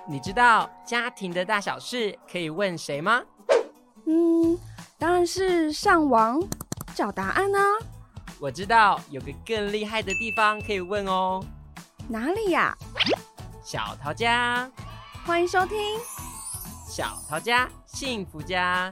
你知道家庭的大小事可以问谁吗？ 当然是上网找答案啊。 我知道有个更厉害的地方可以问哦。 哪里呀？ 小桃家， 欢迎收听小桃家幸福家。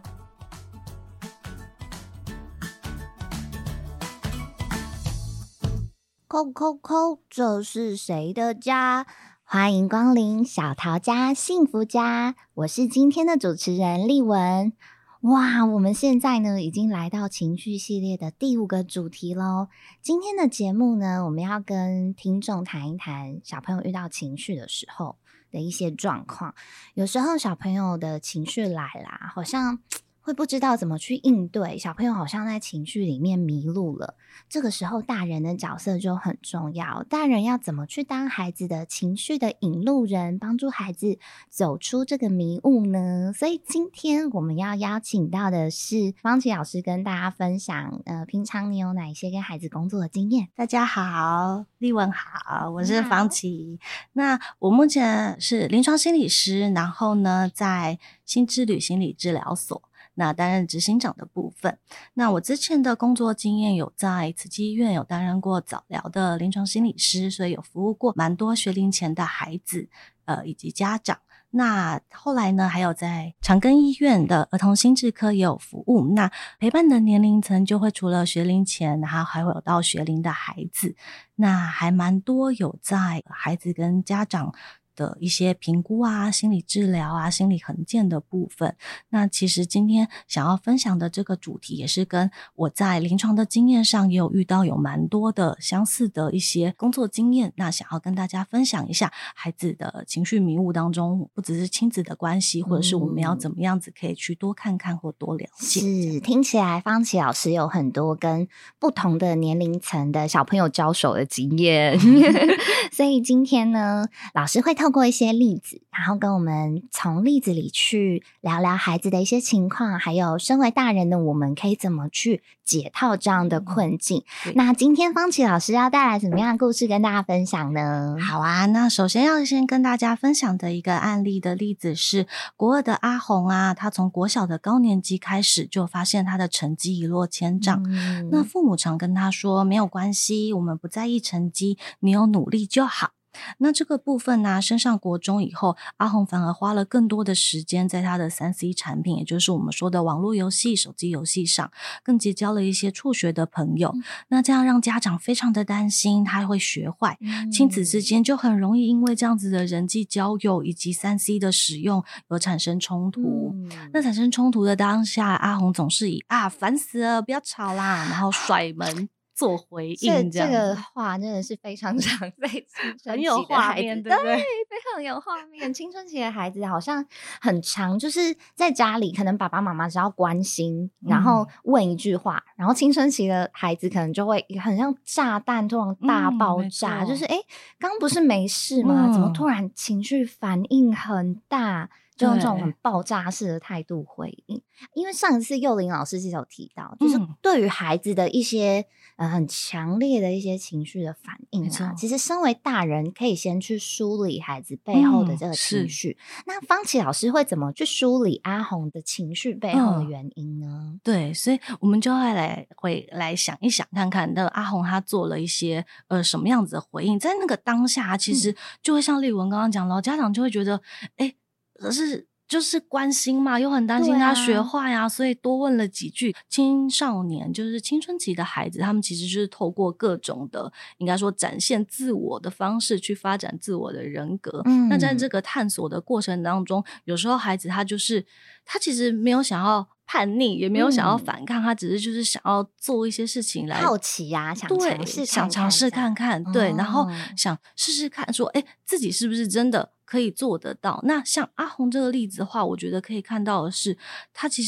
叩叩叩，这是谁的家？欢迎光临小桃家幸福家，我是今天的主持人丽文。哇，我们现在呢已经来到情绪系列的第5个主题咯。今天的节目呢，我们要跟听众谈一谈小朋友遇到情绪的时候的一些状况。有时候小朋友的情绪来啦，好像会不知道怎么去应对，小朋友好像在情绪里面迷路了。这个时候大人的角色就很重要，大人要怎么去当孩子的情绪的引路人，帮助孩子走出这个迷雾呢？所以今天我们要邀请到的是方琦老师，跟大家分享平常你有哪一些跟孩子工作的经验。 大家好，丽文好，我是方琦。那我目前是临床心理师，然后呢在新之旅心理治疗所那担任执行长的部分。那我之前的工作经验有在慈济医院有担任过早疗的临床心理师，所以有服务过蛮多学龄前的孩子以及家长。那后来呢还有在长庚医院的儿童心智科也有服务，那陪伴的年龄层就会除了学龄前，然后还会有到学龄的孩子，那还蛮多有在孩子跟家长的一些评估啊、心理治疗啊、心理衡鉴的部分。那其实今天想要分享的这个主题也是跟我在临床的经验上也有遇到有蛮多的相似的一些工作经验，那想要跟大家分享一下孩子的情绪迷雾当中，不只是亲子的关系，或者是我们要怎么样子可以去多看看或多了解。 是，听起来方琦老师有很多跟不同的年龄层的小朋友交手的经验所以今天呢，老师会透过一些例子，然后跟我们从例子里去聊聊孩子的一些情况，还有身为大人的我们可以怎么去解套这样的困境。那今天方琦老师要带来什么样的故事跟大家分享呢？ 好啊，那首先要先跟大家分享的一个案例的例子是国2的阿红啊，他从国小的高年级开始就发现他的成绩一落千丈。那父母常跟他说没有关系，我们不在意成绩，你有努力就好。那这个部分呢，升上国中以后，阿红反而花了更多的时间在他的 3C 产品，也就是我们说的网络游戏、手机游戏上，更结交了一些辍学的朋友。那这样让家长非常的担心他会学坏，亲子之间就很容易因为这样子的人际交友以及 3C 的使用而产生冲突。那产生冲突的当下，阿红总是以烦死了，不要吵啦，然后甩门做回应。 这个话真的是非常常在青春期的很有画面，对不对？ 对，非常有画面。青春期的孩子好像很常，就是在家里可能爸爸妈妈只要关心，然后问一句话，然后青春期的孩子可能就会很像炸弹突然大爆炸，就是刚不是没事吗？怎么突然情绪反应很大？就用这种很爆炸式的态度回应。因为上一次幼龄老师其实有提到，就是对于孩子的一些很强烈的一些情绪的反应啊，其实身为大人可以先去梳理孩子背后的这个情绪。那方琦老师会怎么去梳理阿红的情绪背后的原因呢？ 对，所以我们就会来想一想看看，那阿红他做了一些什么样子的回应，在那个当下其实就会像丽文刚刚讲了，家长就会觉得可是就是关心嘛，又很担心他学坏啊，所以多问了几句。青少年就是青春期的孩子，他们其实就是透过各种的应该说展现自我的方式去发展自我的人格。那在这个探索的过程当中，有时候孩子他其实没有想要叛逆，也没有想要反抗，他只是就是想要做一些事情来好奇啊，想尝试看看，对，然后想试试看说自己是不是真的可以做得到。那像阿红这个例子的话，我觉得可以看到的是他其实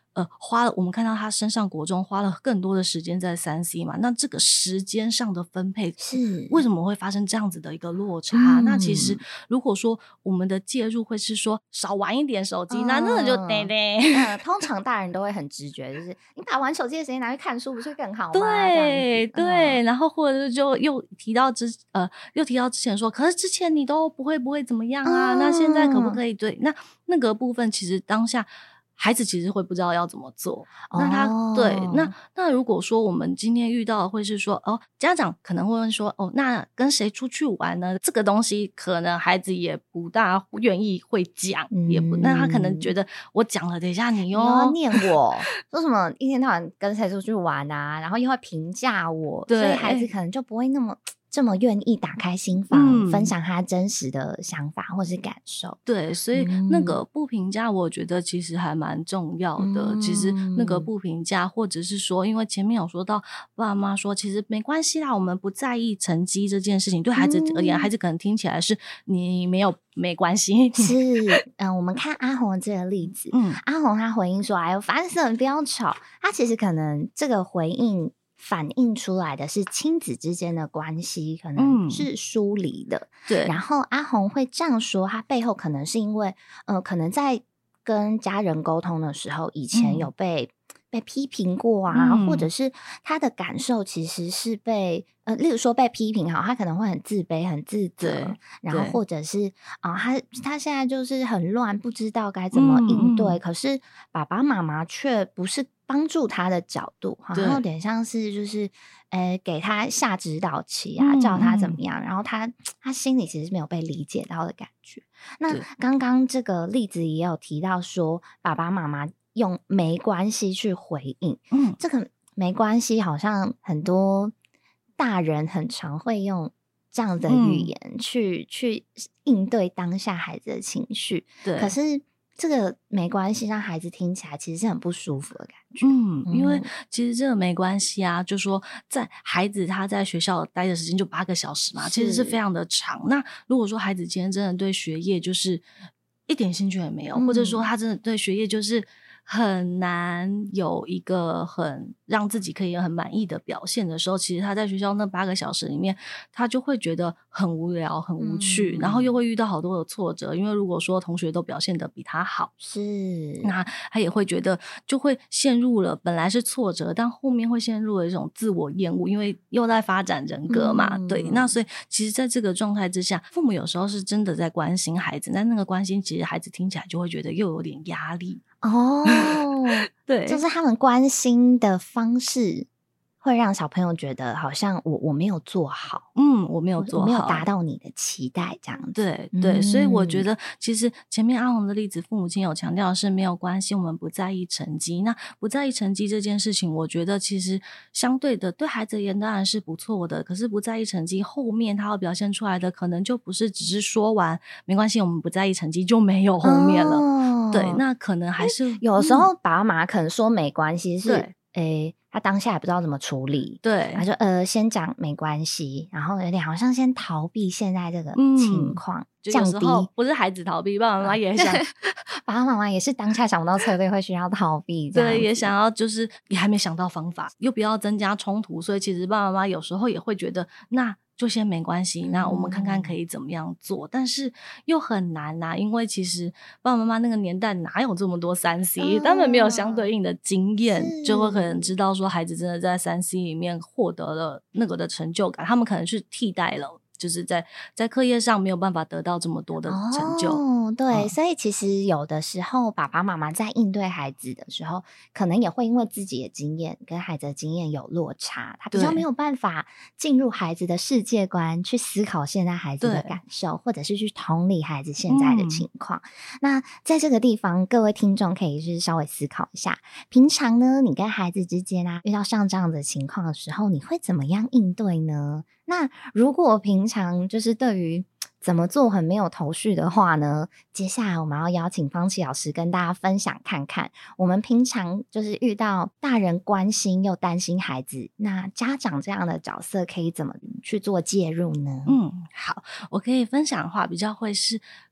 我们看到他升上国中花了更多的时间在3C 嘛，那这个时间上的分配是为什么会发生这样子的一个落差？那其实如果说我们的介入会是说少玩一点手机，那真的就对对。 通常大人都会很直觉，就是你把玩手机的时间拿去看书，不是更好吗？ 对对，然后或者是就又提到之前说，可是之前你都不会怎么样啊？那现在可不可以？对，那个部分其实当下孩子其实会不知道要怎么做。那他对，那如果说我们今天遇到的会是说，家长可能会问说，那跟谁出去玩呢？这个东西可能孩子也不大愿意会讲，也不，那他可能觉得我讲了，等一下你又要念我说什么一天到晚跟谁出去玩啊，然后又会评价我，所以孩子可能就不会这么愿意打开心房，分享他真实的想法或是感受。 对，所以那个不评价我觉得其实还蛮重要的。其实那个不评价，或者是说，因为前面有说到爸妈说其实没关系啦，我们不在意成绩这件事情，对孩子而言，孩子可能听起来是你没关系。 是我们看阿红这个例子，阿红她回应说哎呦烦死了，不要吵。她其实可能这个回应反映出来的是亲子之间的关系可能是疏离的， 对。 然后阿红会这样说，她背后可能是因为可能在跟家人沟通的时候，以前有被批评过啊，或者是他的感受其实是被例如说被批评好，他可能会很自卑、很自责，然后或者是他现在就是很乱，不知道该怎么应对，可是爸爸妈妈却不是帮助他的角度，好像有点像是就是给他下指导棋啊，叫他怎么样，然后他心里其实是没有被理解到的感觉。那刚刚这个例子也有提到说，爸爸妈妈用没关系去回应，这个没关系好像很多大人很常会用这样的语言去应对当下孩子的情绪，对，可是这个没关系让孩子听起来其实是很不舒服的感觉。 因为其实这个没关系啊，就说在孩子他在学校待的时间就8个小时嘛，其实是非常的长。那如果说孩子今天真的对学业就是一点兴趣也没有，或者说他真的对学业就是很难有一个很让自己可以很满意的表现的时候，其实他在学校那8个小时里面，他就会觉得很无聊、很无趣，然后又会遇到好多的挫折。因为如果说同学都表现得比他好， 是， 那他也会觉得就会陷入了本来是挫折，但后面会陷入了一种自我厌恶，因为又在发展人格嘛。对，那所以其实在这个状态之下，父母有时候是真的在关心孩子，但那个关心其实孩子听起来就会觉得又有点压力。对， 就是他们关心的方式会让小朋友觉得好像我没有做好， 我没有做好， 我没有达到你的期待这样子。 对对，所以我觉得其实前面阿红的例子，父母亲有强调的是没有关系，我们不在意成绩。那不在意成绩这件事情，我觉得其实相对的对孩子而言当然是不错的，可是不在意成绩后面他要表现出来的可能就不是只是说完没关系我们不在意成绩就没有后面了。对，那可能还是有时候爸妈可能说没关系是他当下也不知道怎么处理， 对， 他就先讲没关系，然后有点好像先逃避现在这个情况，降低。 不是孩子逃避，爸爸妈妈也想， 爸爸妈妈也是当下想不到策略会需要逃避， 对，也想要就是也还没想到方法，又不要增加冲突，所以其实爸爸妈妈有时候也会觉得那就先没关系，那我们看看可以怎么样做，但是又很难啊，因为其实爸爸妈妈那个年代哪有这么多3C，他们没有相对应的经验，就会可能知道说孩子真的在3C 里面获得了那个的成就感，他们可能去替代了就是在课业上没有办法得到这么多的成就。 对，所以其实有的时候爸爸妈妈在应对孩子的时候，可能也会因为自己的经验跟孩子的经验有落差，他比较没有办法进入孩子的世界观去思考现在孩子的感受，或者是去同理孩子现在的情况。那在这个地方各位听众可以是稍微思考一下，平常呢你跟孩子之间遇到像这样的情况的时候，你会怎么样应对呢？那如果平常就是对于怎么做很没有头绪的话呢，接下来我们要邀请方琦老师跟大家分享看看，我们平常就是遇到大人关心又担心孩子，那家长这样的角色可以怎么去做介入呢？ 好，我可以分享的话比较会是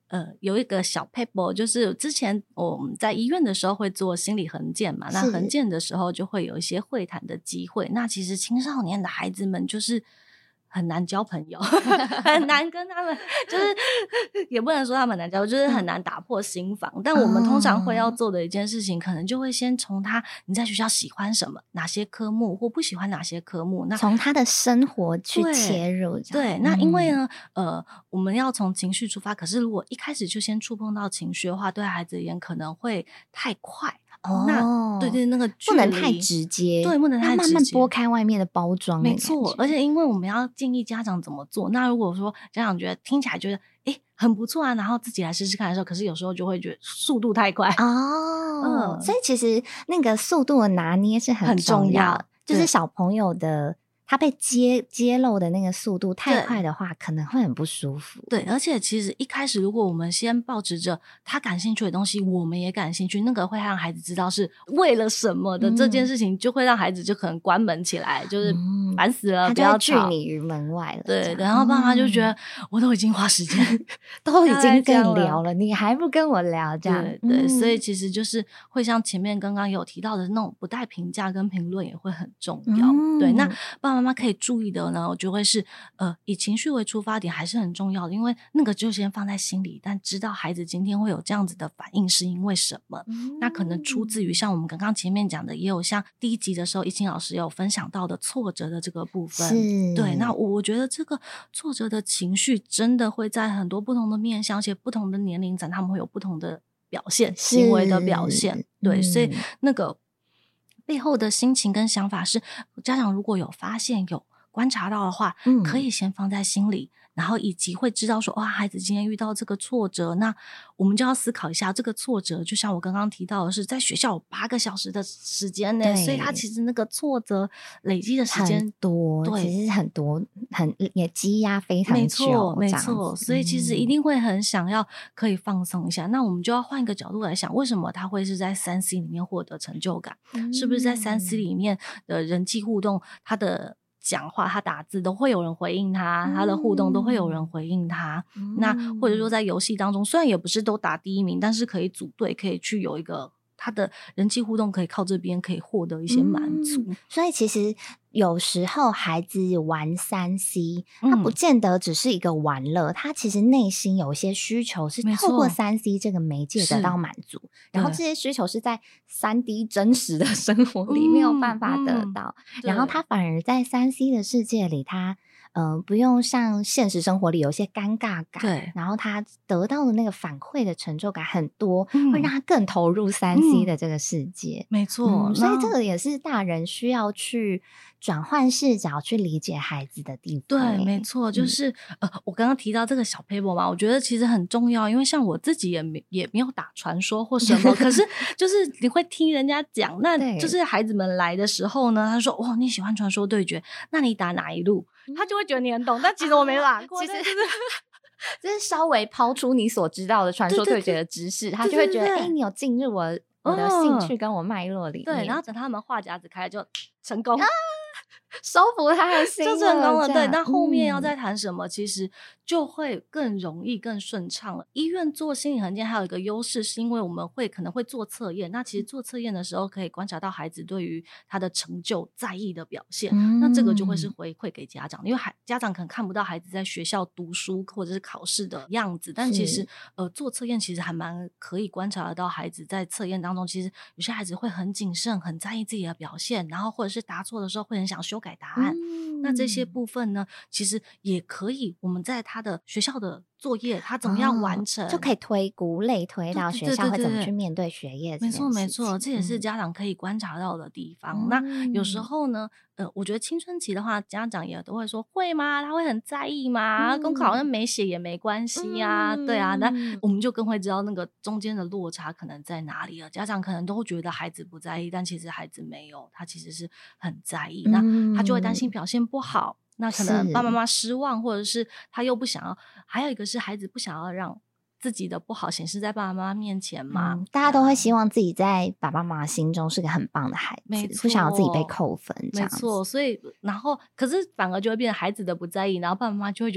有一个小 paper， 就是之前我们在医院的时候会做心理衡鉴嘛，那衡鉴的时候就会有一些会谈的机会。那其实青少年的孩子们就是很难交朋友，很难跟他们，就是也不能说他们难交，就是很难打破心防。但我们通常会要做的一件事情，可能就会先从你在学校喜欢什么，哪些科目，或不喜欢哪些科目，那从他的生活去切入。 对，那因为呢，我们要从情绪出发，可是如果一开始就先触碰到情绪的话，对孩子而言可能会太快。那对，那个距离不能太直接， 对，不能太直接， 慢慢剥开外面的包装。 没错，而且因为我们要建议家长怎么做，那如果说家长觉得听起来觉得很不错啊，然后自己来试试看的时候，可是有时候就会觉得速度太快所以其实那个速度的拿捏是很重要，就是小朋友的他被揭露的那个速度太快的话，可能会很不舒服。 对，而且其实一开始如果我们先抱持着他感兴趣的东西，我们也感兴趣，那个会让孩子知道是为了什么的这件事情，就会让孩子就可能关门起来，就是烦死了，不要拒你于门外了。 对，然后爸妈就觉得我都已经花时间都已经跟你聊了，你还不跟我聊，这样对，所以其实就是会像前面刚刚有提到的那种不带评价跟评论也会很重要。对，那爸爸妈妈可以注意的呢，我就会是以情绪为出发点还是很重要的，因为那个就先放在心里，但知道孩子今天会有这样子的反应是因为什么。那可能出自于像我们刚刚前面讲的，也有像第一集的时候，一清老师有分享到的挫折的这个部分。对，那我觉得这个挫折的情绪真的会在很多不同的面向，而且不同的年龄层他们会有不同的表现，行为的表现。对，所以那个背后的心情跟想法是，家长如果有发现有观察到的话，可以先放在心里，然后以及会知道说，哇，孩子今天遇到这个挫折，那我们就要思考一下，这个挫折就像我刚刚提到的是，在学校有8个小时的时间呢，所以他其实那个挫折累积的时间很多，对，其实很多，也积压非常久， 没错，所以其实一定会很想要可以放松一下。那我们就要换一个角度来想，为什么他会是在3C 里面获得成就感？是不是在3C 里面的人际互动，他的讲话他打字都会有人回应他，他的互动都会有人回应他。那或者说在游戏当中，虽然也不是都打第一名，但是可以组队，可以去有一个他的人际互动，可以靠这边可以获得一些满足。 所以其实有时候孩子玩3C，他不见得只是一个玩乐，他其实内心有一些需求是透过3C 这个媒介得到满足，然后这些需求是在3D 真实的生活里没有办法得到，然后他反而在3C 的世界里，他不用像现实生活里有一些尴尬感， 对， 然后他得到的那个反馈的成就感很多，会让他更投入3C 的这个世界。 没错， 所以这个也是大人需要去转换视角去理解孩子的地方。 对，没错，就是我刚刚提到这个小 paper 嘛，我觉得其实很重要，因为像我自己也没有打传说或什么，可是就是你会听人家讲，那就是孩子们来的时候呢，他说哇，你喜欢传说对决，那你打哪一路？他就会觉得你很懂，但其实我没打过， 其实就是稍微抛出你所知道的传说对决的知识，他就会觉得你有进入我的兴趣跟我脉络里面。 对，然后等他们话匣子开就成功。 收服他的心就成功了。对，那后面要再谈什么，其实就会更容易更顺畅了。医院做心理衡鉴还有一个优势，是因为我们可能会做测验，那其实做测验的时候可以观察到孩子对于他的成就在意的表现，那这个就会是回馈给家长，因为家长可能看不到孩子在学校读书或者是考试的样子，但其实做测验其实还蛮可以观察得到孩子在测验当中，其实有些孩子会很谨慎，很在意自己的表现，然后或者是答错的时候会很想修改答案，那这些部分呢，其实也可以我们在他的学校的作业他怎么样完成， 就可以类推到学校会怎么去面对学业。 没错没错，这也是家长可以观察到的地方。那有时候呢我觉得青春期的话，家长也都会说会吗？他会很在意吗？功课好像没写也没关系啊，对啊，那我们就更会知道那个中间的落差可能在哪里了。家长可能都会觉得孩子不在意，但其实孩子没有，他其实是很在意，那他就会担心表现不好，那可能爸爸妈妈失望，或者是他又不想要，还有一个是孩子不想要让自己的不好显示在爸爸妈妈面前嘛， 大家都会希望自己在爸爸妈妈心中是个很棒的孩子，不想要自己被扣分， 没错。所以然后可是反而就会变成孩子的不在意，然后爸爸妈妈就会觉得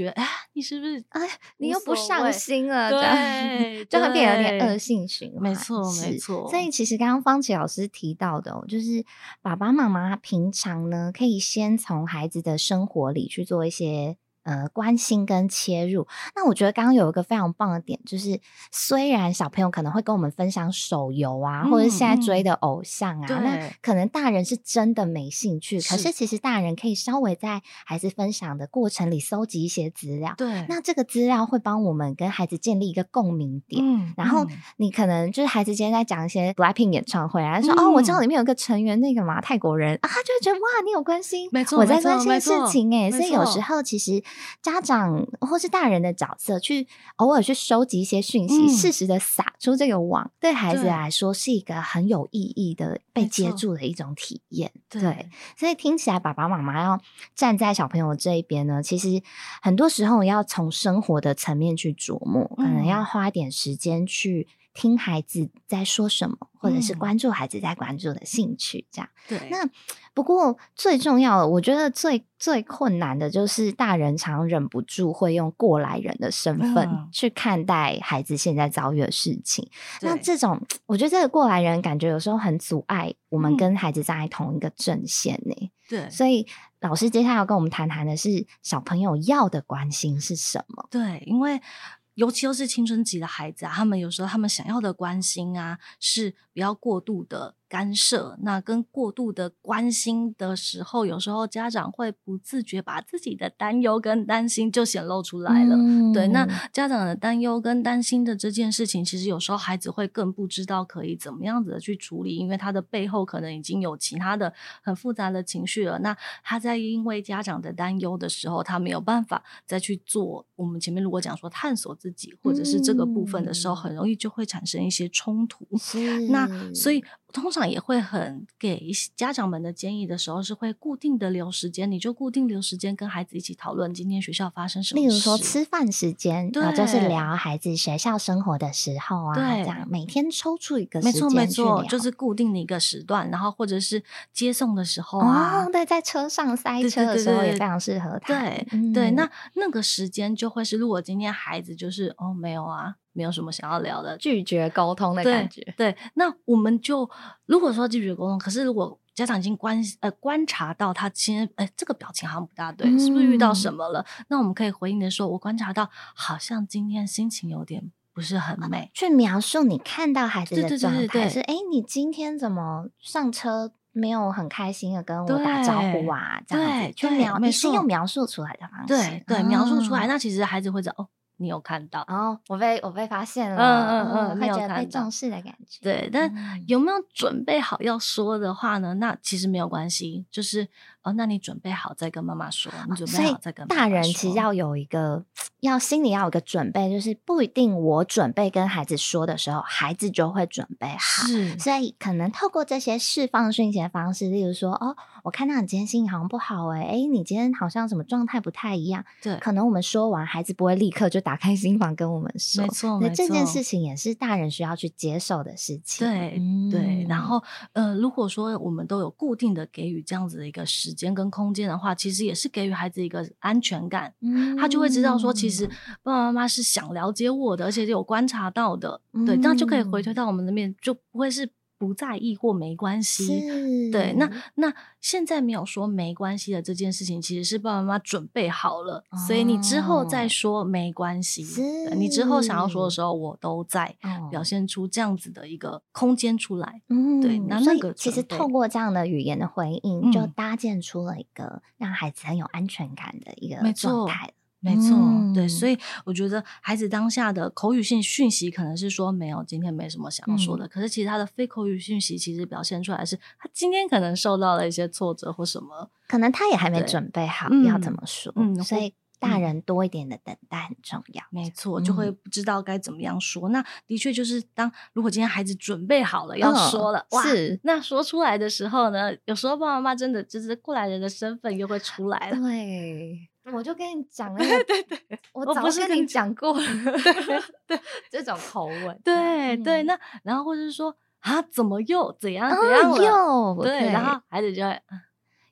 你是不是你又不上心了， 对， 就会变得有点恶性循环。 没错没错。 所以其实刚刚方琦老师提到的就是爸爸妈妈平常呢可以先从孩子的生活里去做一些关心跟切入。那我觉得刚刚有一个非常棒的点，就是虽然小朋友可能会跟我们分享手游啊，或者是现在追的偶像啊，那可能大人是真的没兴趣，可是其实大人可以稍微在孩子分享的过程里搜集一些资料， 对， 那这个资料会帮我们跟孩子建立一个共鸣点，然后你可能就是孩子今天在讲一些 BLACKPINK 演唱会啊，说我知道里面有个成员那个嘛泰国人啊，他就会觉得哇你有关心， 没错， 我在关心的事情所以有时候其实家长或是大人的角色去偶尔去收集一些讯息，适时的撒出这个网，对孩子来说是一个很有意义的被接住的一种体验。对，所以听起来爸爸妈妈要站在小朋友这一边呢，其实很多时候要从生活的层面去琢磨，可能要花一点时间去听孩子在说什么，或者是关注孩子在关注的兴趣，这样。 对。 那不过最重要的，我觉得最困难的就是大人常忍不住会用过来人的身份去看待孩子现在遭遇的事情。那这种，我觉得这个过来人感觉有时候很阻碍我们跟孩子站在同一个阵线呢。 对， 所以老师接下来要跟我们谈谈的是小朋友要的关心是什么？ 对，因为尤其又是青春期的孩子啊，他们有时候他们想要的关心啊，是不要过度的干涉，那跟过度的关心的时候，有时候家长会不自觉把自己的担忧跟担心就显露出来了。对，那家长的担忧跟担心的这件事情，其实有时候孩子会更不知道可以怎么样子的去处理，因为他的背后可能已经有其他的很复杂的情绪了。那他在因为家长的担忧的时候，他没有办法再去做我们前面如果讲说探索自己或者是这个部分的时候，很容易就会产生一些冲突。那所以通常也会很给家长们的建议的时候，是会固定的留时间，你就固定留时间跟孩子一起讨论今天学校发生什么事。 例如说吃饭时间，就是聊孩子学校生活的时候啊，这样每天抽出一个时间去聊。 没错，就是固定的一个时段，然后或者是接送的时候啊， 对，在车上塞车的时候也非常适合他。 对，那个时间就会是，如果今天孩子就是没有啊。没有什么想要聊的， 拒绝沟通的感觉。 对，那我们就如果说拒绝沟通，可是如果家长已经观察到他今天这个表情好像不大对，是不是遇到什么了？那我们可以回应的说，我观察到好像今天心情有点不是很美， 去描述你看到孩子的状态是你今天怎么上车没有很开心的跟我打招呼啊？这样子去你是用描述出来的方式， 对，描述出来，那其实孩子会知道你有看到我被发现了， 你有看到被重视的感觉。 对，但有没有准备好要说的话呢？那其实没有关系，就是那你准备好再跟妈妈说，你准备好再跟妈妈说。 大人其实要有一个心里要有一个准备，就是不一定我准备跟孩子说的时候，孩子就会准备好。所以可能透过这些释放讯息的方式，例如说我看到你今天心情好像不好你今天好像什么状态不太一样。 对， 可能我们说完，孩子不会立刻就打开心房跟我们说。 没错， 这件事情也是大人需要去接受的事情。 对，然后如果说我们都有固定的给予这样子的一个时间跟空间的话，其实也是给予孩子一个安全感。他就会知道说，其实爸爸妈妈是想了解我的，而且有观察到的。对，那就可以回推到我们那边，就不会是不在意或没关系。对，那现在没有说没关系的这件事情，其实是爸爸妈妈准备好了，所以你之后再说没关系。你之后想要说的时候，我都在表现出这样子的一个空间出来。对，那个其实透过这样的语言的回应，就搭建出了一个让孩子很有安全感的一个状态。 没错，对，所以我觉得孩子当下的口语性讯息可能是说没有，今天没什么想要说的，可是其实他的非口语讯息其实表现出来是他今天可能受到了一些挫折或什么， 可能他也还没准备好要怎么说，所以大人多一点的等待很重要。 没错，就会不知道该怎么样说。那的确就是如果今天孩子准备好了要说了，哇，那说出来的时候呢，有时候爸爸妈妈真的就是过来人的身份又会出来了。 对，我就跟你讲了， 对， 我早就跟你讲过了，对，这种口吻， 对，那然后或者是说怎么又怎样了， 又对，然后孩子就会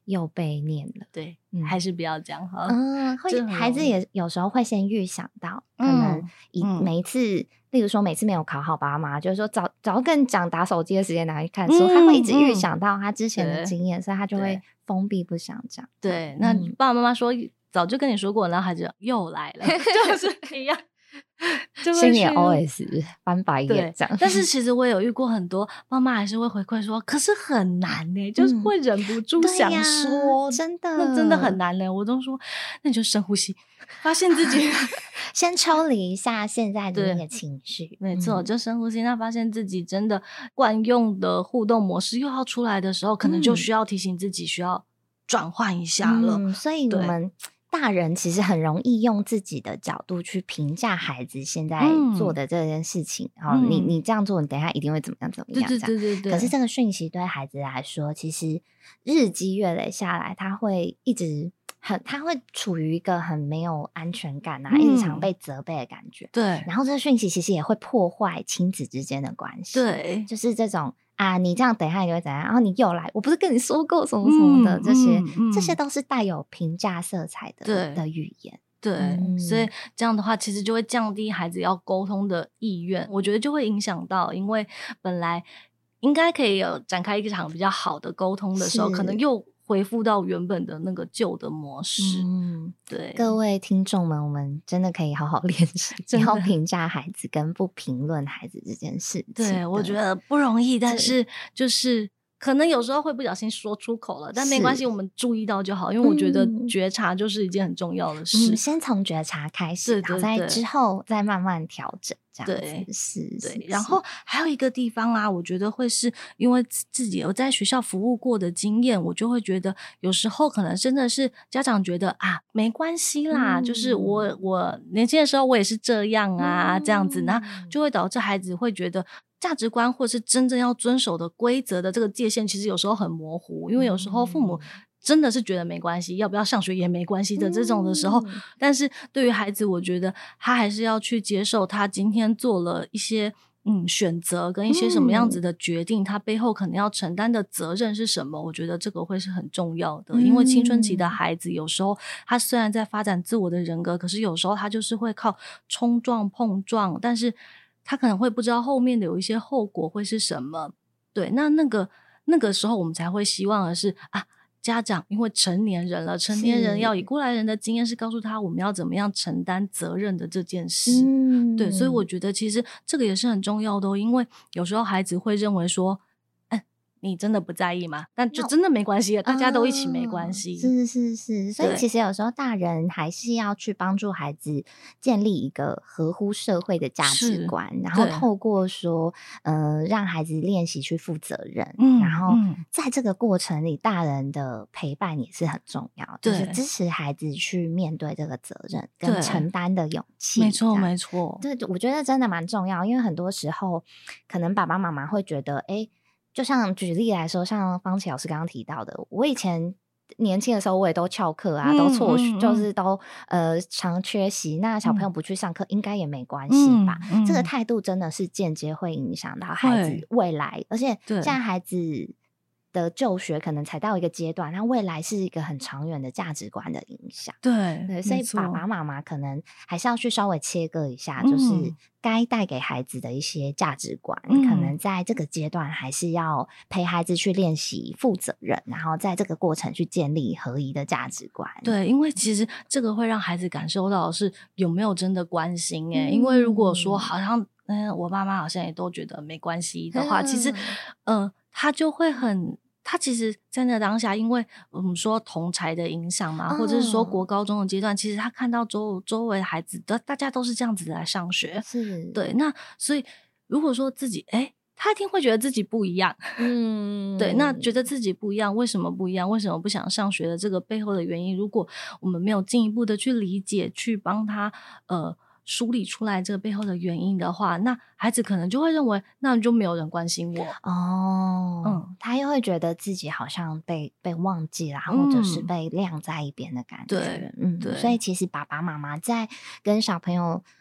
又被念了。 对，还是不要讲好了。 孩子也有时候会先预想到，可能每一次，例如说每次没有考好，爸妈就是说早跟讲打手机的时间拿去看书，他会一直预想到他之前的经验，所以他就会封闭不想讲。 对，那爸爸妈妈说早就跟你说过，然后孩子又来了，就是一样。 心里 OS 翻白眼这样。 但是其实我有遇过很多妈妈还是会回馈说，可是很难欸，就是会忍不住想说， 真的， 那真的很难嘞。我都说，那你就深呼吸，发现自己先抽离一下现在的那个情绪。 没错，就深呼吸，那发现自己真的惯用的互动模式又要出来的时候，可能就需要提醒自己需要转换一下了。 所以我们大人其实很容易用自己的角度去评价孩子现在做的这件事情。你这样做，你等一下一定会怎么样怎么样。 对。 可是这个讯息对孩子来说，其实日积月累下来，他会一直他会处于一个很没有安全感啊，一直常被责备的感觉。 对， 然后这个讯息其实也会破坏亲子之间的关系。 对， 就是这种你这样等一下你会怎样？然后你又来，我不是跟你说过什么什么的，这些都是带有评价色彩的语言。 对，所以这样的话，其实就会降低孩子要沟通的意愿。我觉得就会影响到，因为本来应该可以有展开一场比较好的沟通的时候，可能又恢复到原本的那个旧的模式。对， 各位听众们，我们真的可以好好练习，不要评价孩子跟不评论孩子这件事情。 对，我觉得不容易，但是就是可能有时候会不小心说出口了，但没关系，我们注意到就好。因为我觉得觉察就是一件很重要的事。 先从觉察开始，然后在之后再慢慢调整。对， 对。然后还有一个地方啊，我觉得会是因为自己有在学校服务过的经验，我就会觉得有时候可能真的是家长觉得没关系啦，就是我年轻的时候我也是这样这样子，那就会导致孩子会觉得价值观或是真正要遵守的规则的这个界限，其实有时候很模糊。因为有时候父母真的是觉得没关系，要不要上学也没关系的这种的时候，但是对于孩子，我觉得他还是要去接受他今天做了一些选择跟一些什么样子的决定，他背后可能要承担的责任是什么。我觉得这个会是很重要的。因为青春期的孩子有时候他虽然在发展自我的人格，可是有时候他就是会靠冲撞碰撞，但是他可能会不知道后面的有一些后果会是什么。对，那个时候我们才会希望的是家长因为成年人了，成年人要以过来人的经验是告诉他我们要怎么样承担责任的这件事。对，所以我觉得其实这个也是很重要的因为有时候孩子会认为说你真的不在意吗？但就真的没关系大家都一起没关系。 是，所以其实有时候大人还是要去帮助孩子建立一个合乎社会的价值观，然后透过说让孩子练习去负责任，然后在这个过程里大人的陪伴也是很重要，就是支持孩子去面对这个责任跟承担的勇气。 没错没错， 对，我觉得真的蛮重要。因为很多时候可能爸爸妈妈会觉得就像举例来说，像方琦老师刚刚提到的，我以前年轻的时候我也都翘课都辍学，就是都常缺席，那小朋友不去上课应该也没关系吧。这个态度真的是间接会影响到孩子未来，而且现在孩子的就学可能才到一个阶段，那未来是一个很长远的价值观的影响。对，所以爸爸妈妈可能还是要去稍微切割一下，就是该带给孩子的一些价值观，可能在这个阶段还是要陪孩子去练习负责任，然后在这个过程去建立合宜的价值观。 对，因为其实这个会让孩子感受到的是有没有真的关心因为如果说好像我爸妈好像也都觉得没关系的话，其实他就会他其实在那当下，因为我们说同侪的影响嘛，或者是说国高中的阶段，其实他看到周围的孩子大家都是这样子来上学，对，那所以如果说自己他一定会觉得自己不一样，对，那觉得自己不一样，为什么不一样？为什么不想上学的这个背后的原因，如果我们没有进一步的去理解，去帮他梳理出来这个背后的原因的话，那孩子可能就会认为那就没有人关心我他又会觉得自己好像被忘记啦，或者是被晾在一边的感觉。 对， 所以其实爸爸妈妈在跟小朋友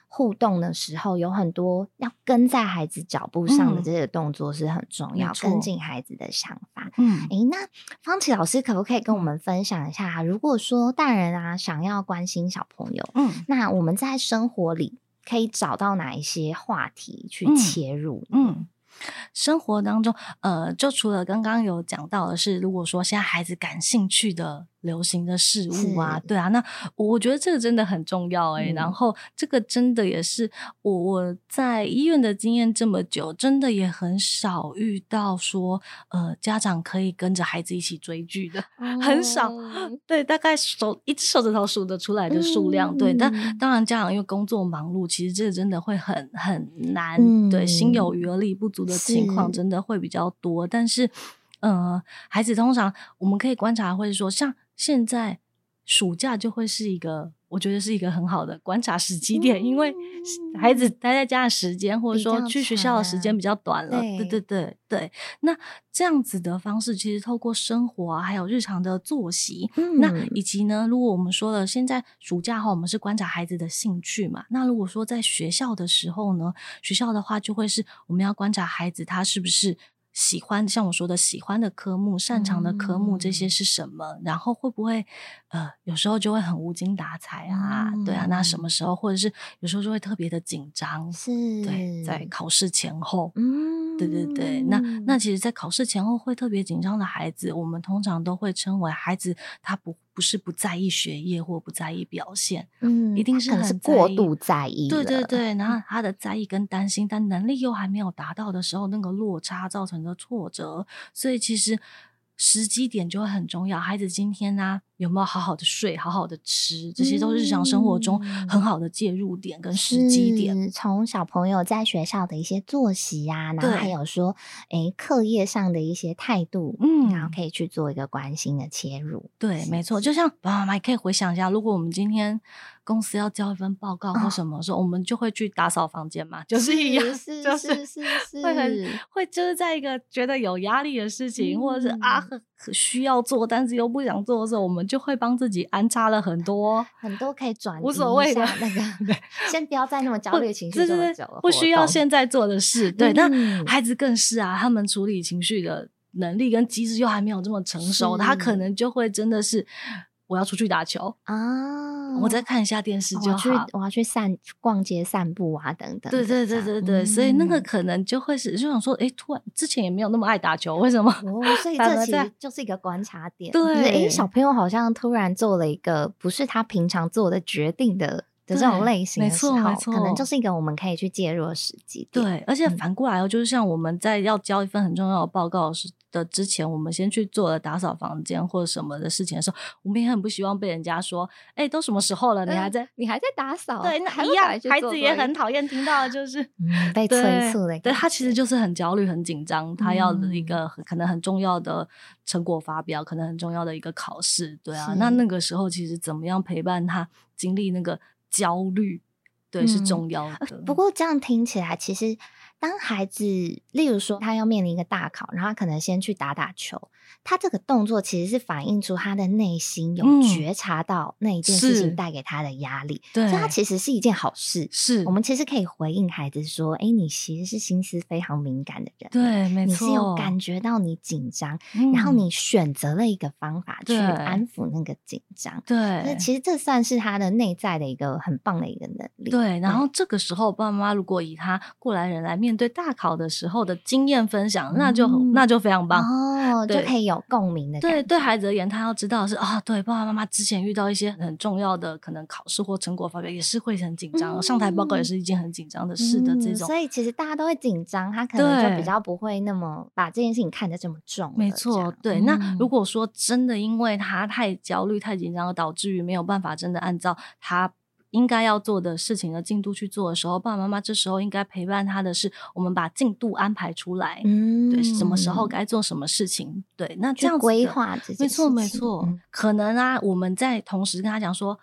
互动的时候，有很多要跟在孩子脚步上的这个动作是很重要，跟进孩子的想法。那方琦老师可不可以跟我们分享一下，如果说大人啊想要关心小朋友，那我们在生活里可以找到哪一些话题去切入？ 生活当中，就除了刚刚有讲到的是，如果说现在孩子感兴趣的流行的事物啊，对啊，那我觉得这个真的很重要然后这个真的也是我在医院的经验这么久，真的也很少遇到说家长可以跟着孩子一起追剧的，很少。对，大概一只手指头数得出来的数量。对，但当然家长因为工作忙碌，其实这个真的会很难。对，心有余而力不足的情况真的会比较多。但是孩子通常我们可以观察，或者说像现在暑假就会是一个，我觉得是一个很好的观察时机点，因为孩子待在家的时间或者说去学校的时间比较短了。对，那这样子的方式其实透过生活啊，还有日常的作息，那以及呢，如果我们说了现在暑假后我们是观察孩子的兴趣嘛，那如果说在学校的时候呢，学校的话就会是我们要观察孩子他是不是喜欢，像我说的喜欢的科目、擅长的科目，这些是什么？然后会不会有时候就会很无精打采啊？对啊，那什么时候或者是有时候就会特别的紧张？对，在考试前后，对，那其实，在考试前后会特别紧张的孩子，我们通常都会称为孩子他不是不在意学业或不在意表现，一定是可能是过度在意了。 对，然后他的在意跟担心，但能力又还没有达到的时候，那个落差造成的挫折，所以其实时机点就会很重要。孩子今天呢，有没有好好的睡，好好的吃，这些都是日常生活中很好的介入点跟时机点。 从小朋友在学校的一些作息啊，然后还有说课业上的一些态度，然后可以去做一个关心的切入。 对，没错，就像爸爸妈妈也可以回想一下，如果我们今天公司要交一份报告或什么时候，我们就会去打扫房间嘛，就是一样，就是会就是在一个觉得有压力的事情，或者是需要做但是又不想做的时候，我们就会帮自己安插了很多可以转移无所谓的那个先不要再那么焦虑情绪这么久了， 不需要现在做的事。对，那孩子更是啊，他们处理情绪的能力跟机制又还没有这么成熟，他可能就会真的是我要出去打球啊，我再看一下电视就好， 我要去逛街散步啊等等。 对，所以那个可能就会是就想说，突然之前也没有那么爱打球，为什么？ 所以这其实就是一个观察点。 对， 小朋友好像突然做了一个不是他平常做的决定的这种类型的时候， 没错， 可能就是一个我们可以去介入的时机点。 对，而且反过来就是像我们在要交一份很重要的报告的之前，我们先去做了打扫房间或者什么的事情的时候，我们也很不希望被人家说，都什么时候了，你还在打扫？ 对，那一样，孩子也很讨厌听到的就是被催促的。 对，他其实就是很焦虑、很紧张，他要的一个可能很重要的成果发表，可能很重要的一个考试。对啊，那个时候其实怎么样陪伴他经历那个焦虑，对，是重要的。 不过这样听起来，其实当孩子，例如说他要面临一个大考，然后他可能先去打球，他这个动作其实是反映出他的内心有觉察到那一件事情带给他的压力，所以他其实是一件好事。 是我们其实可以回应孩子说，你其实是心思非常敏感的人， 对，没错， 你是有感觉到你紧张，然后你选择了一个方法去安抚那个紧张， 对， 其实这算是他的内在的一个很棒的一个能力。 对，然后这个时候爸爸妈妈如果以他过来人来面对大考的时候的经验分享，那就非常棒就可以有共鸣的感觉。 对孩子而言，他要知道的是对，爸爸妈妈之前遇到一些很重要的可能考试或成果发表也是会很紧张，上台报告也是一件很紧张的事的这种。 所以其实大家都会紧张，他可能就比较不会那么把这件事情看得这么重。 没错，对。那如果说真的因为他太焦虑、太紧张，导致于没有办法真的按照他应该要做的事情的进度去做的时候，爸爸妈妈这时候应该陪伴他的是，我们把进度安排出来，对，什么时候该做什么事情，对，那这样子规划这件事情。 没错，可能我们在同时跟他讲说，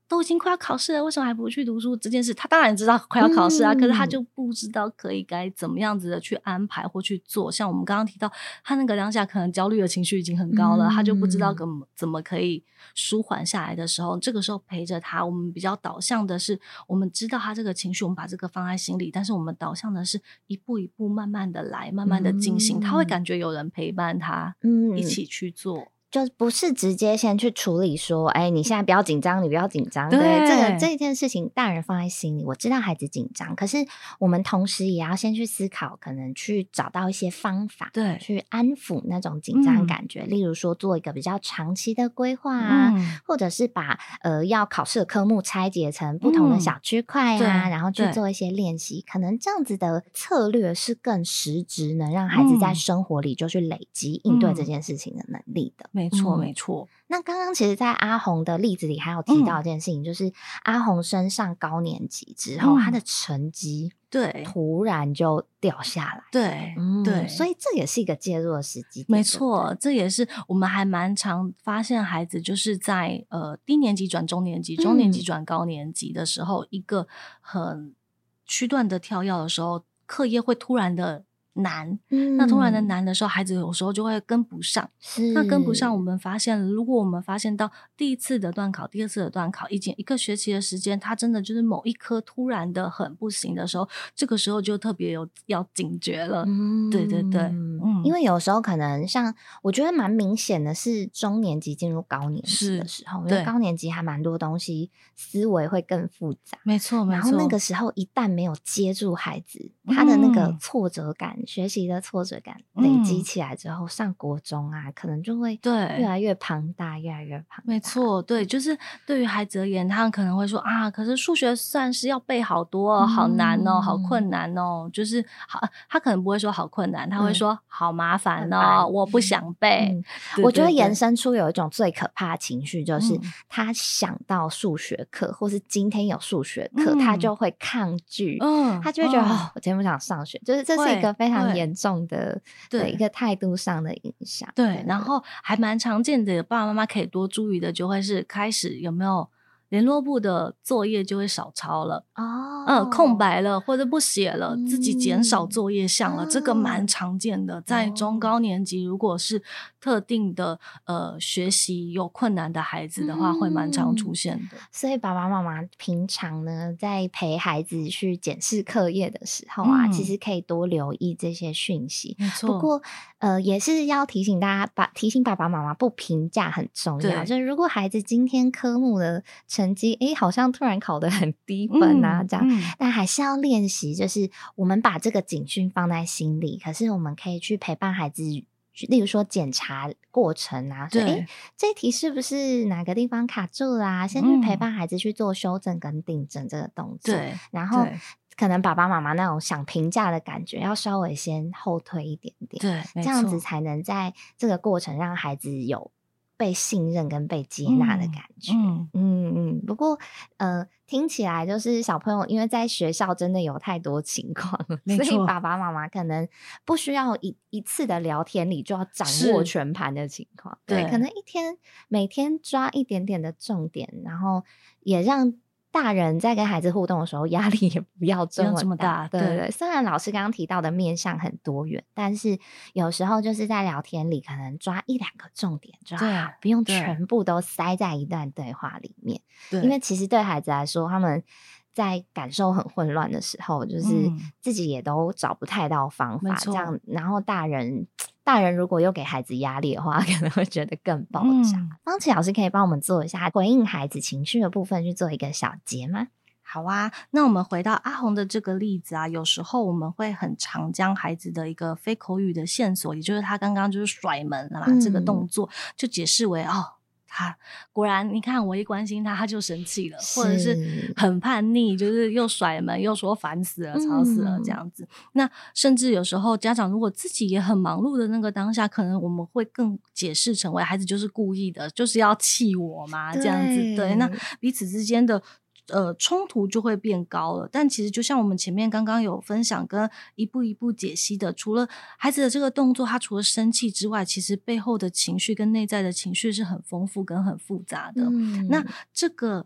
都已经快要考试了，为什么还不去读书这件事，他当然知道快要考试啊，可是他就不知道该怎么样子的去安排或去做。像我们刚刚提到，他那个当下可能焦虑的情绪已经很高了，他就不知道怎么可以舒缓下来的时候，这个时候陪着他，我们比较导向的是，我们知道他这个情绪，我们把这个放在心里，但是我们导向的是一步一步慢慢的来，慢慢的进行，他会感觉有人陪伴他，一起去做。 就不是直接先去处理说，你现在不要紧张，你不要紧张。 对， 这一件事情，大人放在心里，我知道孩子紧张，可是我们同时也要先去思考，可能去找到一些方法， 对， 去安抚那种紧张感觉。例如说，做一个比较长期的规划啊，或者是把要考试的科目拆解成不同的小区块啊，然后去做一些练习。可能这样子的策略是更实质，能让孩子在生活里就去累积应对这件事情的能力的。 没错，没错。 那刚刚其实在阿红的例子里还有提到一件事情，就是阿红升上高年级之后，他的成绩突然就掉下来。 对， 所以这也是一个介入的时机点。 没错，这也是我们还蛮常发现孩子就是在低年级转中年级，中年级转高年级的时候，一个很区段的跳跃的时候，课业会突然的难，那突然的难的时候，孩子有时候就会跟不上。那跟不上，我们发现如果我们发现到第一次的段考，第二次的段考，一个学期的时间，他真的就是某一科突然的很不行的时候，这个时候就特别要警觉了。对， 因为有时候可能像我觉得蛮明显的是中年级进入高年级的时候，因为高年级还蛮多东西思维会更复杂。 没错， 然后那个时候一旦没有接住孩子，他的那个挫折感，学习的挫折感累积起来之后，上国中啊，可能就会越来越庞大，越来越庞大。 没错，对，就是对于孩子而言，他们可能会说啊，可是数学算是要背好多好难哦，好困难哦，就是好，他可能不会说好困难，他会说好麻烦哦，我不想背。 我觉得延伸出有一种最可怕的情绪，就是他想到数学课，或是今天有数学课，他就会抗拒，他就会觉得我今天不想上学，就是这是一个非常严重的一个态度上的影响。 对，然后还蛮常见的，爸爸妈妈可以多注意的，就会是开始有没有联络簿的作业就会少抄了空白了或者不写了，自己减少作业项了，这个蛮常见的。在中高年级，如果是特定的学习有困难的孩子的话，会蛮常出现的。 所以爸爸妈妈平常呢，在陪孩子去检视课业的时候啊，其实可以多留意这些讯息。 没错。 不过也是要提醒大家，提醒爸爸妈妈不评价很重要。就是如果孩子今天科目的成绩好像突然考得很低分啊，这样，但还是要练习，就是我们把这个警讯放在心里，可是我们可以去陪伴孩子，例如说检查过程啊，说这一题是不是哪个地方卡住啦，先去陪伴孩子去做修正跟订正这个动作。然后可能爸爸妈妈那种想评价的感觉要稍微先后退一点点，这样子才能在这个过程让孩子有被信任跟被接纳的感觉。不过听起来就是小朋友因为在学校真的有太多情况了，所以爸爸妈妈可能不需要一次的聊天里就要掌握全盘的情况。对，可能每天抓一点点的重点，然后也让大人在跟孩子互动的时候压力也不要这么大。对，虽然老师刚刚提到的面向很多元，但是有时候就是在聊天里可能抓1-2个重点就好，不用全部都塞在一段对话里面。因为其实对孩子来说，他们在感受很混乱的时候，就是自己也都找不太到方法，这样，然后大人如果又给孩子压力的话，可能会觉得更爆炸。方琦老师可以帮我们做一下回应孩子情绪的部分，去做一个小结吗？ 好啊，那我们回到阿红的这个例子啊，有时候我们会很常将孩子的一个非口语的线索，也就是他刚刚就是甩门了嘛，这个动作就解释为他果然你看我一关心他就生气了，或者是很叛逆，就是又甩门又说烦死了吵死了这样子。那甚至有时候家长如果自己也很忙碌的那个当下，可能我们会更解释成为孩子就是故意的，就是要气我嘛这样子。对，那彼此之间的冲突就会变高了。但其实就像我们前面刚刚有分享跟一步一步解析的，除了孩子的这个动作他除了生气之外，其实背后的情绪跟内在的情绪是很丰富跟很复杂的。那这个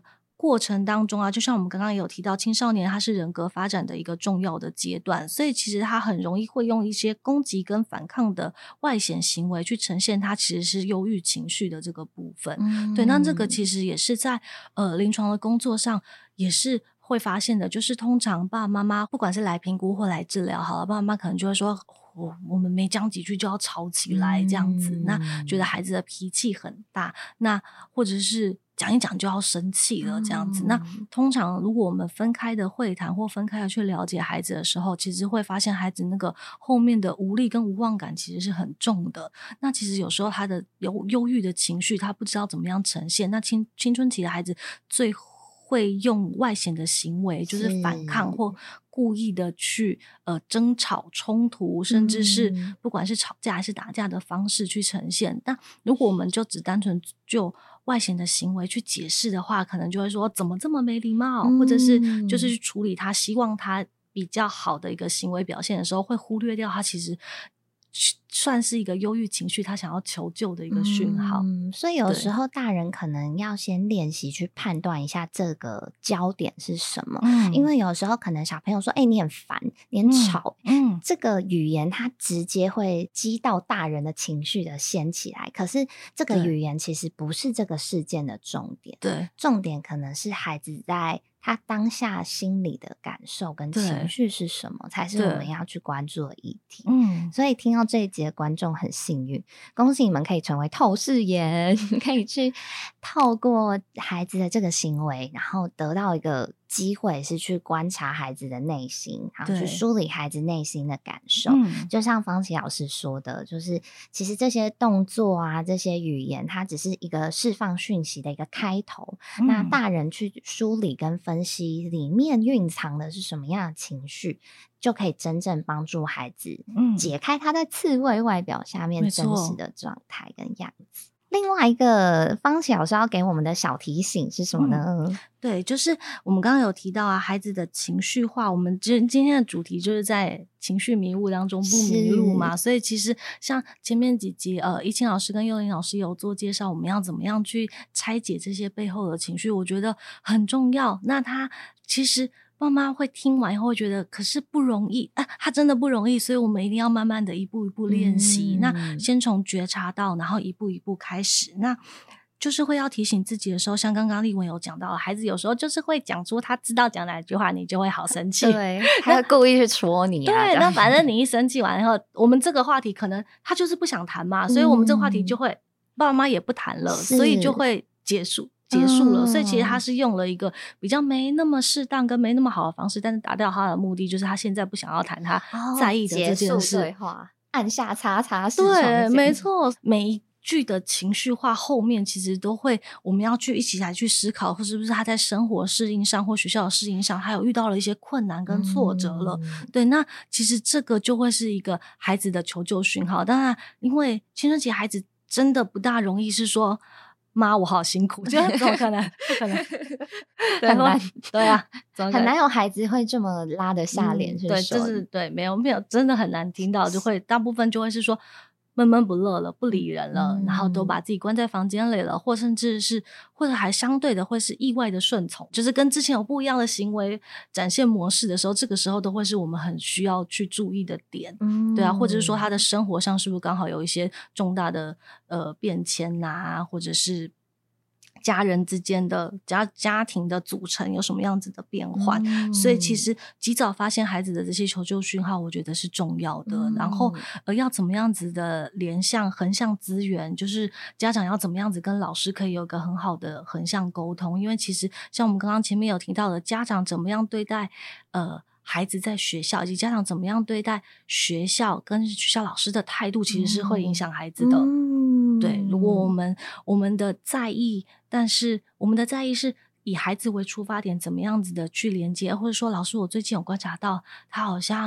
过程当中啊，就像我们刚刚也有提到，青少年他是人格发展的一个重要的阶段，所以其实他很容易会用一些攻击跟反抗的外显行为去呈现他其实是忧郁情绪的这个部分。对，那这个其实也是在临床的工作上也是会发现的，就是通常爸爸妈妈不管是来评估或来治疗好了，爸爸妈妈可能就会说我们没讲几句就要吵起来这样子，那觉得孩子的脾气很大，那或者是讲一讲就要生气了这样子。那通常如果我们分开的会谈或分开的去了解孩子的时候，其实会发现孩子那个后面的无力跟无望感其实是很重的。那其实有时候他的忧郁的情绪他不知道怎么样呈现，那青春期的孩子最会用外显的行为，就是反抗或故意的去争吵冲突，甚至是不管是吵架还是打架的方式去呈现。但如果我们就只单纯就外显的行为去解释的话，可能就会说怎么这么没礼貌，或者是就是去处理他希望他比较好的一个行为表现的时候，会忽略掉他其实算是一个忧郁情绪他想要求救的一个讯号。 所以有时候大人可能要先练习去判断一下这个焦点是什么，因为有时候可能小朋友说你很烦，你很吵，这个语言它直接会激到大人的情绪的掀起来，可是这个语言其实不是这个事件的重点，对，重点可能是孩子在他当下心里的感受跟情绪是什么，才是我们要去关注的议题。所以听到这一集的观众很幸运，恭喜你们可以成为透视眼，可以去透过孩子的这个行为，然后得到一个机会是去观察孩子的内心，然后去梳理孩子内心的感受。就像方琦老师说的，就是其实这些动作啊，这些语言，它只是一个释放讯息的一个开头。那大人去梳理跟分析里面蕴藏的是什么样的情绪，就可以真正帮助孩子解开他在刺猬外表下面真实的状态跟样子。另外一个方琦老师要给我们的小提醒是什么呢？ 对，就是我们刚刚有提到啊，孩子的情绪化，我们今天的主题就是在情绪迷雾当中不迷路嘛，所以其实像前面几集怡清老师跟幼玲老师有做介绍，我们要怎么样去拆解这些背后的情绪，我觉得很重要。那他其实妈妈会听完以后会觉得可是不容易他真的不容易，所以我们一定要慢慢的一步一步练习，那先从觉察到，然后一步一步开始，那就是会要提醒自己的时候，像刚刚丽文有讲到，孩子有时候就是会讲出他知道讲哪句话你就会好生气， 对，他会故意去戳你对，那反正你一生气完以后，我们这个话题可能他就是不想谈嘛，所以我们这个话题就会爸爸妈妈也不谈了，所以就会结束了，所以其实他是用了一个比较没那么适当跟没那么好的方式，但是达到他的目的，就是他现在不想要谈他在意的这件事， 对话按下叉叉， 对，没错，每一句的情绪化后面其实都会我们要去一起来去思考，或是不是他在生活适应上或学校的适应上他有遇到了一些困难跟挫折了，对，那其实这个就会是一个孩子的求救讯号。当然因为青春期孩子真的不大容易是说妈我好辛苦，就怎么可能不可能很难， 对啊， 很难有孩子会这么拉得下脸去说， 对，就是对，没有真的很难听到，就会大部分就会是说闷闷不乐了，不理人了，然后都把自己关在房间里了，或甚至是或者还相对的会是意外的顺从，就是跟之前有不一样的行为展现模式的时候，这个时候都会是我们很需要去注意的点，对啊，或者是说他的生活上是不是刚好有一些重大的变迁啊，或者是家人之间的家庭的组成有什么样子的变换，所以其实及早发现孩子的这些求救讯号我觉得是重要的，然后要怎么样子的连向横向资源，就是家长要怎么样子跟老师可以有一个很好的横向沟通，因为其实像我们刚刚前面有提到的，家长怎么样对待孩子在学校，以及家长怎么样对待学校跟学校老师的态度，其实是会影响孩子的。对，如果我们的在意，但是我们的在意是以孩子为出发点，怎么样子的去连接，或者说老师我最近有观察到他好像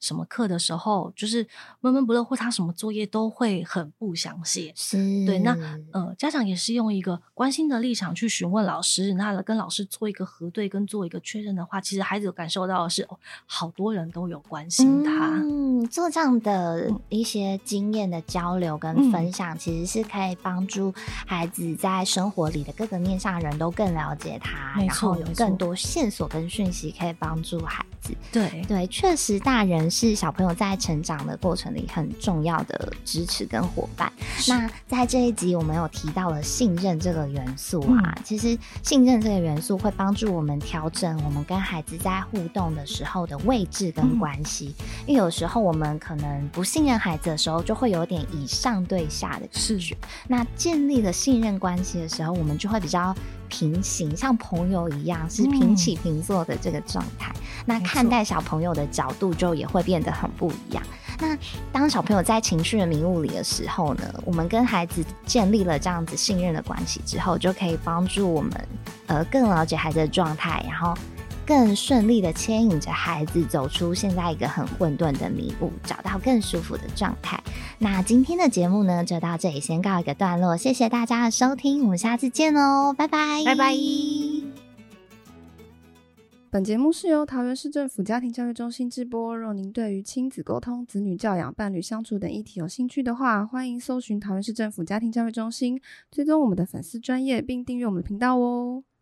什么课的时候，就是闷闷不乐，或他什么作业都会很不详细。 是， 对，那家长也是用一个关心的立场去询问老师，那跟老师做一个核对跟做一个确认的话，其实孩子有感受到的是，好多人都有关心他。 做这样的一些经验的交流跟分享，其实是可以帮助孩子在生活里的各个面向人都更了解他，然后有更多线索跟讯息可以帮助孩子。对，确实大人是小朋友在成长的过程里很重要的支持跟伙伴。那在这一集我们有提到了信任这个元素啊，其实信任这个元素会帮助我们调整我们跟孩子在互动的时候的位置跟关系，因为有时候我们可能不信任孩子的时候，就会有点以上对下的感觉。那建立了信任关系的时候，我们就会比较平行，像朋友一样是平起平坐的这个状态。那看待小朋友的角度就也会变得很不一样。那当小朋友在情绪的迷雾里的时候呢，我们跟孩子建立了这样子信任的关系之后，就可以帮助我们更了解孩子的状态，然后更顺利的牵引着孩子走出现在一个很混沌的迷雾，找到更舒服的状态。那今天的节目呢，就到这里先告一个段落，谢谢大家的收听，我们下次见哦，拜拜， 拜拜。 本节目是由桃园市政府家庭教育中心直播。若您对于亲子沟通、子女教养、伴侣相处等议题有兴趣的话，欢迎搜寻桃园市政府家庭教育中心，追踪我们的粉丝专页，并订阅我们的频道哦。